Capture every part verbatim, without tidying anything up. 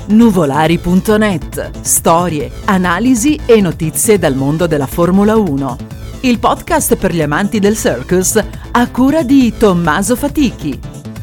Nuvolari punto net. Storie, analisi e notizie dal mondo della Formula uno. Il podcast per gli amanti del circus a cura di Tommaso Fatichi.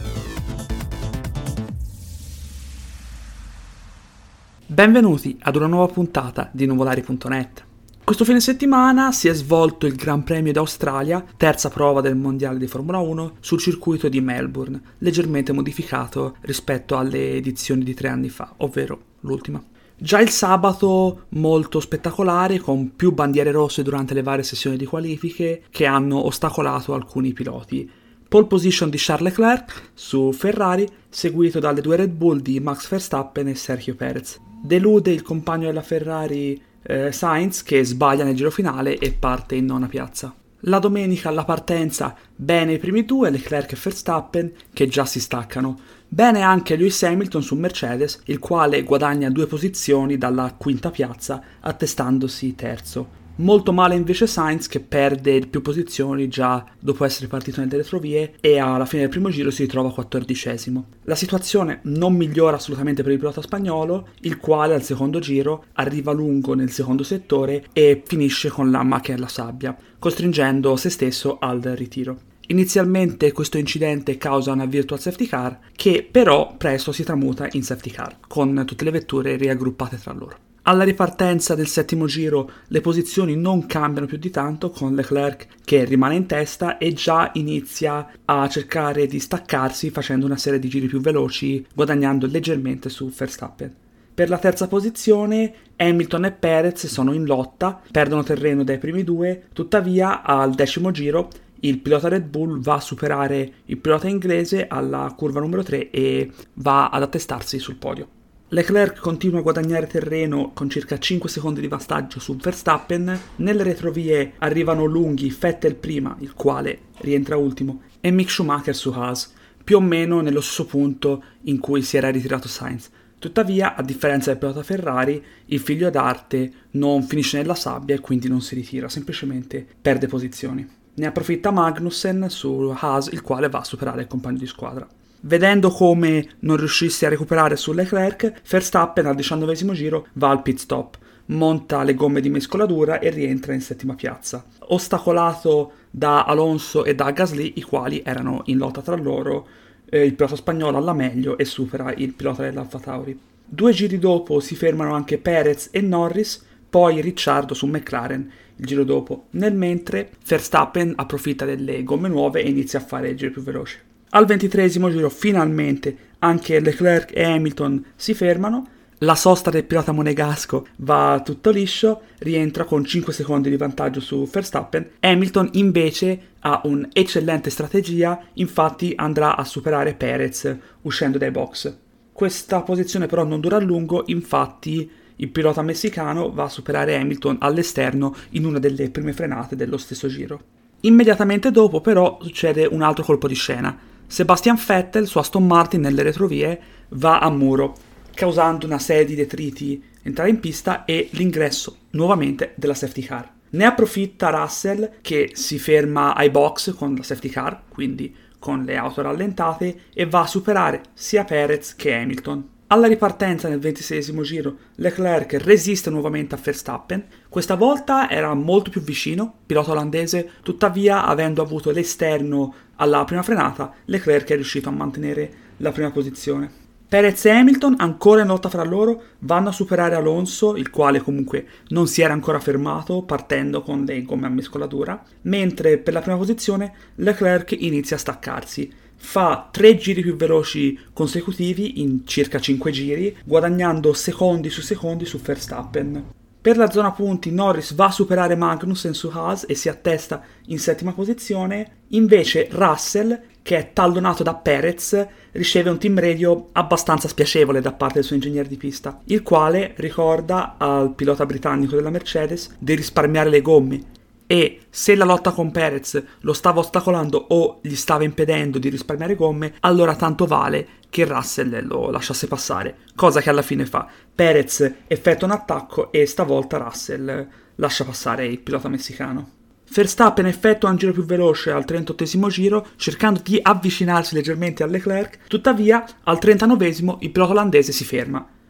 Benvenuti ad una nuova puntata di Nuvolari punto net. Questo fine settimana si è svolto il Gran Premio d'Australia, terza prova del mondiale di Formula uno, sul circuito di Melbourne, leggermente modificato rispetto alle edizioni di tre anni fa, ovvero l'ultima. Già il sabato molto spettacolare, con più bandiere rosse durante le varie sessioni di qualifiche che hanno ostacolato alcuni piloti. Pole position di Charles Leclerc su Ferrari, seguito dalle due Red Bull di Max Verstappen e Sergio Perez. Delude il compagno della Ferrari eh, Sainz, che sbaglia nel giro finale e parte in nona piazza. La domenica alla partenza bene i primi due, Leclerc e Verstappen, che già si staccano. Bene anche Lewis Hamilton su Mercedes, il quale guadagna due posizioni dalla quinta piazza, attestandosi terzo. Molto male invece Sainz, che perde più posizioni già dopo essere partito nelle retrovie e alla fine del primo giro si ritrova quattordicesimo. La situazione non migliora assolutamente per il pilota spagnolo, il quale al secondo giro arriva lungo nel secondo settore e finisce con la macchina alla sabbia, costringendo se stesso al ritiro. Inizialmente questo incidente causa una virtual safety car, che però presto si tramuta in safety car, con tutte le vetture riaggruppate tra loro. Alla ripartenza del settimo giro le posizioni non cambiano più di tanto, con Leclerc che rimane in testa e già inizia a cercare di staccarsi facendo una serie di giri più veloci, guadagnando leggermente su Verstappen. Per la terza posizione Hamilton e Perez sono in lotta, perdono terreno dai primi due, tuttavia al decimo giro il pilota Red Bull va a superare il pilota inglese alla curva numero tre e va ad attestarsi sul podio. Leclerc continua a guadagnare terreno con circa cinque secondi di vantaggio su Verstappen. Nelle retrovie arrivano lunghi Vettel prima, il quale rientra ultimo, e Mick Schumacher su Haas, più o meno nello stesso punto in cui si era ritirato Sainz. Tuttavia, a differenza del pilota Ferrari, il figlio d'arte non finisce nella sabbia e quindi non si ritira, semplicemente perde posizioni. Ne approfitta Magnussen su Haas, il quale va a superare il compagno di squadra. Vedendo come non riuscisse a recuperare su Leclerc, Verstappen al diciannovesimo giro va al pit stop, monta le gomme di mescolatura e rientra in settima piazza, ostacolato da Alonso e da Gasly, i quali erano in lotta tra loro. Eh, il pilota spagnolo alla meglio e supera il pilota dell'AlphaTauri. Due giri dopo si fermano anche Perez e Norris, poi Ricciardo su McLaren il giro dopo, nel mentre Verstappen approfitta delle gomme nuove e inizia a fare il giro più veloce. Al ventitreesimo giro finalmente anche Leclerc e Hamilton si fermano, la sosta del pilota monegasco va tutto liscio, rientra con cinque secondi di vantaggio su Verstappen. Hamilton invece ha un'eccellente strategia, infatti andrà a superare Perez uscendo dai box. Questa posizione però non dura a lungo, infatti il pilota messicano va a superare Hamilton all'esterno in una delle prime frenate dello stesso giro. Immediatamente dopo però succede un altro colpo di scena. Sebastian Vettel su Aston Martin nelle retrovie va a muro, causando una serie di detriti entrare in pista e l'ingresso nuovamente della safety car. Ne approfitta Russell, che si ferma ai box con la safety car, quindi con le auto rallentate, e va a superare sia Perez che Hamilton. Alla ripartenza nel ventiseiesimo giro Leclerc resiste nuovamente a Verstappen, questa volta era molto più vicino, pilota olandese, tuttavia avendo avuto l'esterno alla prima frenata Leclerc è riuscito a mantenere la prima posizione. Perez e Hamilton, ancora in lotta fra loro, vanno a superare Alonso, il quale comunque non si era ancora fermato partendo con le gomme a mescolatura, mentre per la prima posizione Leclerc inizia a staccarsi. Fa tre giri più veloci consecutivi in circa cinque giri, guadagnando secondi su secondi su Verstappen. Per la zona punti Norris va a superare Magnussen su Haas e si attesta in settima posizione, invece Russell, che è tallonato da Perez, riceve un team radio abbastanza spiacevole da parte del suo ingegnere di pista, il quale ricorda al pilota britannico della Mercedes di risparmiare le gomme, e se la lotta con Perez lo stava ostacolando o gli stava impedendo di risparmiare gomme, allora tanto vale che Russell lo lasciasse passare, cosa che alla fine fa. Perez effettua un attacco e stavolta Russell lascia passare il pilota messicano. Verstappen effettua un giro più veloce al trentottesimo giro, cercando di avvicinarsi leggermente a Leclerc, tuttavia al trentanovesimo il pilota olandese si ferma.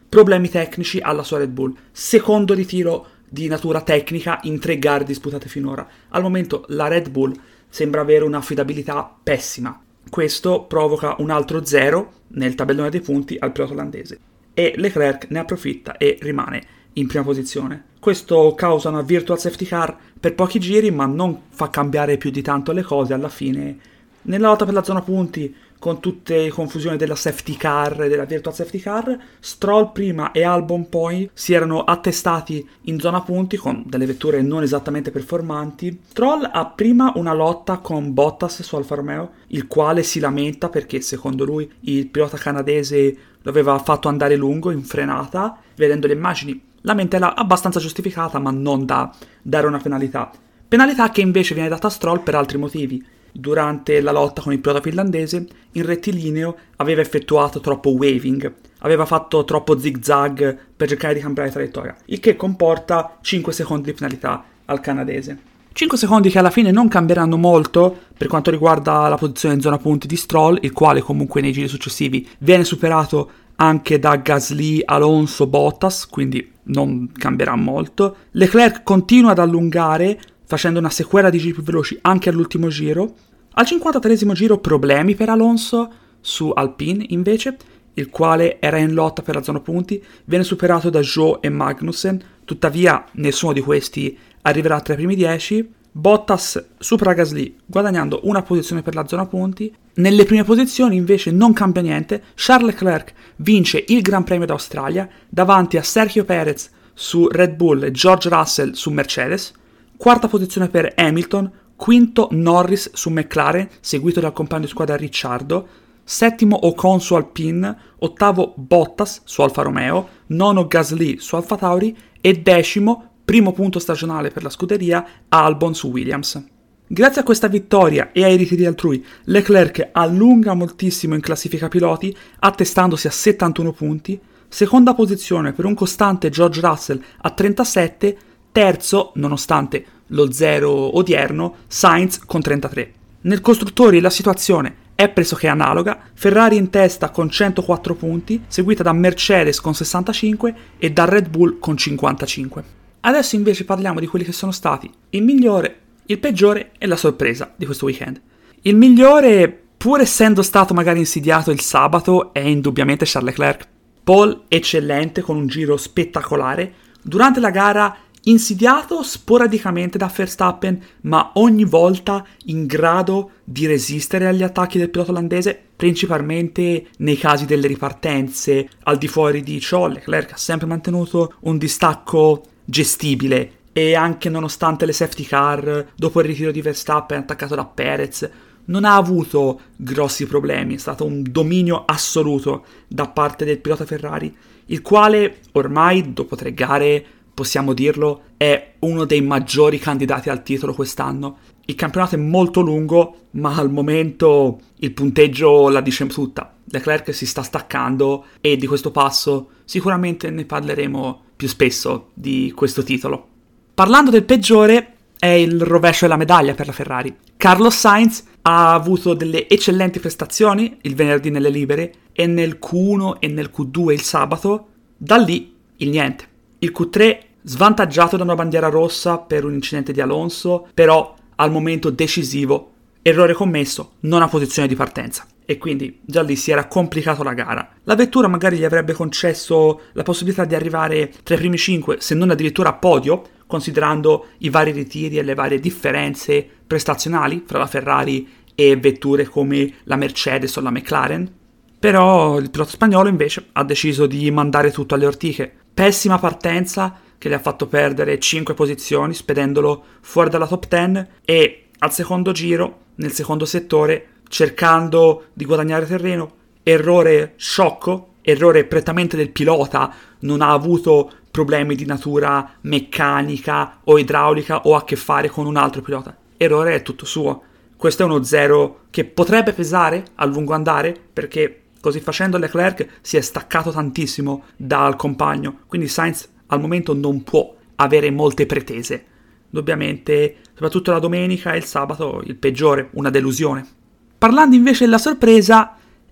problemi tecnici alla sua Red Bull. Secondo ritiro di natura tecnica in tre gare disputate finora. Al momento la Red Bull sembra avere un'affidabilità pessima. Questo provoca un altro zero nel tabellone dei punti al pilota olandese e Leclerc ne approfitta e rimane in prima posizione. Questo causa una virtual safety car per pochi giri, ma non fa cambiare più di tanto le cose alla fine. Nella lotta per la zona punti, con tutte le confusioni della safety car e della virtual safety car, Stroll prima e Albon poi si erano attestati in zona punti con delle vetture non esattamente performanti. Stroll ha prima una lotta con Bottas su Alfa Romeo, il quale si lamenta perché secondo lui il pilota canadese lo aveva fatto andare lungo in frenata. Vedendo le immagini, lamentela abbastanza giustificata, ma non da dare una penalità. Penalità che invece viene data a Stroll per altri motivi. Durante la lotta con il pilota finlandese, in rettilineo aveva effettuato troppo waving, aveva fatto troppo zig-zag per cercare di cambiare traiettoria, il che comporta cinque secondi di penalità al canadese. cinque secondi che alla fine non cambieranno molto per quanto riguarda la posizione in zona punti di Stroll, il quale comunque nei giri successivi viene superato anche da Gasly, Alonso, Bottas, quindi non cambierà molto. Leclerc continua ad allungare, facendo una sequela di giri più veloci anche all'ultimo giro. Al cinquantatreesimo giro problemi per Alonso su Alpine invece, il quale era in lotta per la zona punti, viene superato da Zhou e Magnussen, tuttavia nessuno di questi arriverà tra i primi dieci. Bottas supera Gasly guadagnando una posizione per la zona punti. Nelle prime posizioni invece non cambia niente, Charles Leclerc vince il Gran Premio d'Australia davanti a Sergio Perez su Red Bull e George Russell su Mercedes. Quarta posizione per Hamilton, quinto Norris su McLaren, seguito dal compagno di squadra Ricciardo, settimo Ocon su Alpine, ottavo Bottas su Alfa Romeo, nono Gasly su Alfa Tauri e decimo, primo punto stagionale per la scuderia, Albon su Williams. Grazie a questa vittoria e ai ritiri altrui, Leclerc allunga moltissimo in classifica piloti, attestandosi a settantuno punti, seconda posizione per un costante George Russell a trentasette, terzo, nonostante lo zero odierno, Sainz con trentatré. Nel costruttori la situazione è pressoché analoga, Ferrari in testa con centoquattro punti, seguita da Mercedes con sessantacinque e da Red Bull con cinquantacinque. Adesso invece parliamo di quelli che sono stati il migliore, il peggiore e la sorpresa di questo weekend. Il migliore, pur essendo stato magari insidiato il sabato, è indubbiamente Charles Leclerc. Pole eccellente con un giro spettacolare, durante la gara insidiato sporadicamente da Verstappen, ma ogni volta in grado di resistere agli attacchi del pilota olandese, principalmente nei casi delle ripartenze. Al di fuori di ciò, Leclerc ha sempre mantenuto un distacco gestibile e anche nonostante le safety car, dopo il ritiro di Verstappen attaccato da Perez, non ha avuto grossi problemi. È stato un dominio assoluto da parte del pilota Ferrari, il quale ormai dopo tre gare, possiamo dirlo, è uno dei maggiori candidati al titolo quest'anno. Il campionato è molto lungo, ma al momento il punteggio la dice tutta. Leclerc si sta staccando e di questo passo sicuramente ne parleremo più spesso di questo titolo. Parlando del peggiore, è il rovescio della medaglia per la Ferrari. Carlos Sainz ha avuto delle eccellenti prestazioni il venerdì nelle libere e nel Q uno e nel Q due il sabato. Da lì il niente. Il Q tre svantaggiato da una bandiera rossa per un incidente di Alonso, però al momento decisivo, errore commesso, non ha posizione di partenza. E quindi già lì si era complicato la gara. La vettura magari gli avrebbe concesso la possibilità di arrivare tra i primi cinque, se non addirittura a podio, considerando i vari ritiri e le varie differenze prestazionali fra la Ferrari e vetture come la Mercedes o la McLaren. Però il pilota spagnolo invece ha deciso di mandare tutto alle ortiche. Pessima partenza che le ha fatto perdere cinque posizioni, spedendolo fuori dalla top dieci, e al secondo giro, nel secondo settore, cercando di guadagnare terreno, errore sciocco, errore prettamente del pilota, non ha avuto problemi di natura meccanica o idraulica o a che fare con un altro pilota. Errore è tutto suo. Questo è uno zero che potrebbe pesare a lungo andare, perché così facendo Leclerc si è staccato tantissimo dal compagno, quindi Sainz al momento non può avere molte pretese. Indubbiamente, soprattutto la domenica e il sabato, il peggiore, una delusione. Parlando invece della sorpresa,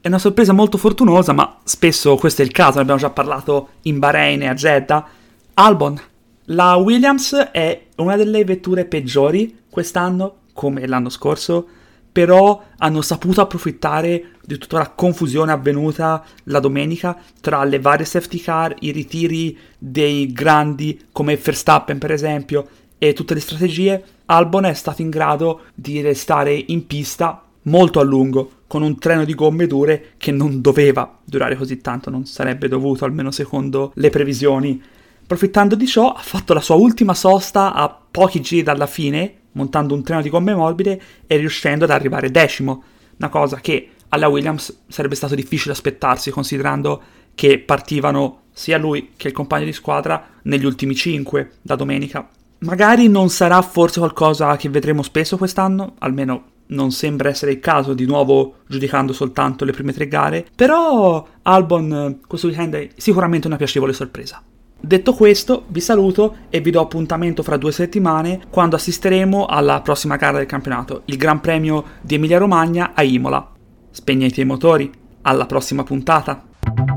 È una sorpresa molto fortunosa, ma spesso questo è il caso, ne abbiamo già parlato in Bahrain e a Jeddah. Albon. La Williams è una delle vetture peggiori quest'anno, come l'anno scorso, però hanno saputo approfittare di tutta la confusione avvenuta la domenica tra le varie safety car, i ritiri dei grandi come Verstappen per esempio e tutte le strategie. Albon è stato in grado di restare in pista molto a lungo con un treno di gomme dure che non doveva durare così tanto, non sarebbe dovuto, almeno secondo le previsioni. Approfittando di ciò ha fatto la sua ultima sosta a pochi giri dalla fine, montando un treno di gomme morbide e riuscendo ad arrivare decimo, una cosa che alla Williams sarebbe stato difficile aspettarsi, considerando che partivano sia lui che il compagno di squadra negli ultimi cinque da domenica. Magari non sarà forse qualcosa che vedremo spesso quest'anno, almeno non sembra essere il caso, di nuovo giudicando soltanto le prime tre gare, però Albon questo weekend è sicuramente una piacevole sorpresa. Detto questo, vi saluto e vi do appuntamento fra due settimane quando assisteremo alla prossima gara del campionato, il Gran Premio di Emilia Romagna a Imola. Spegnete i motori, alla prossima puntata!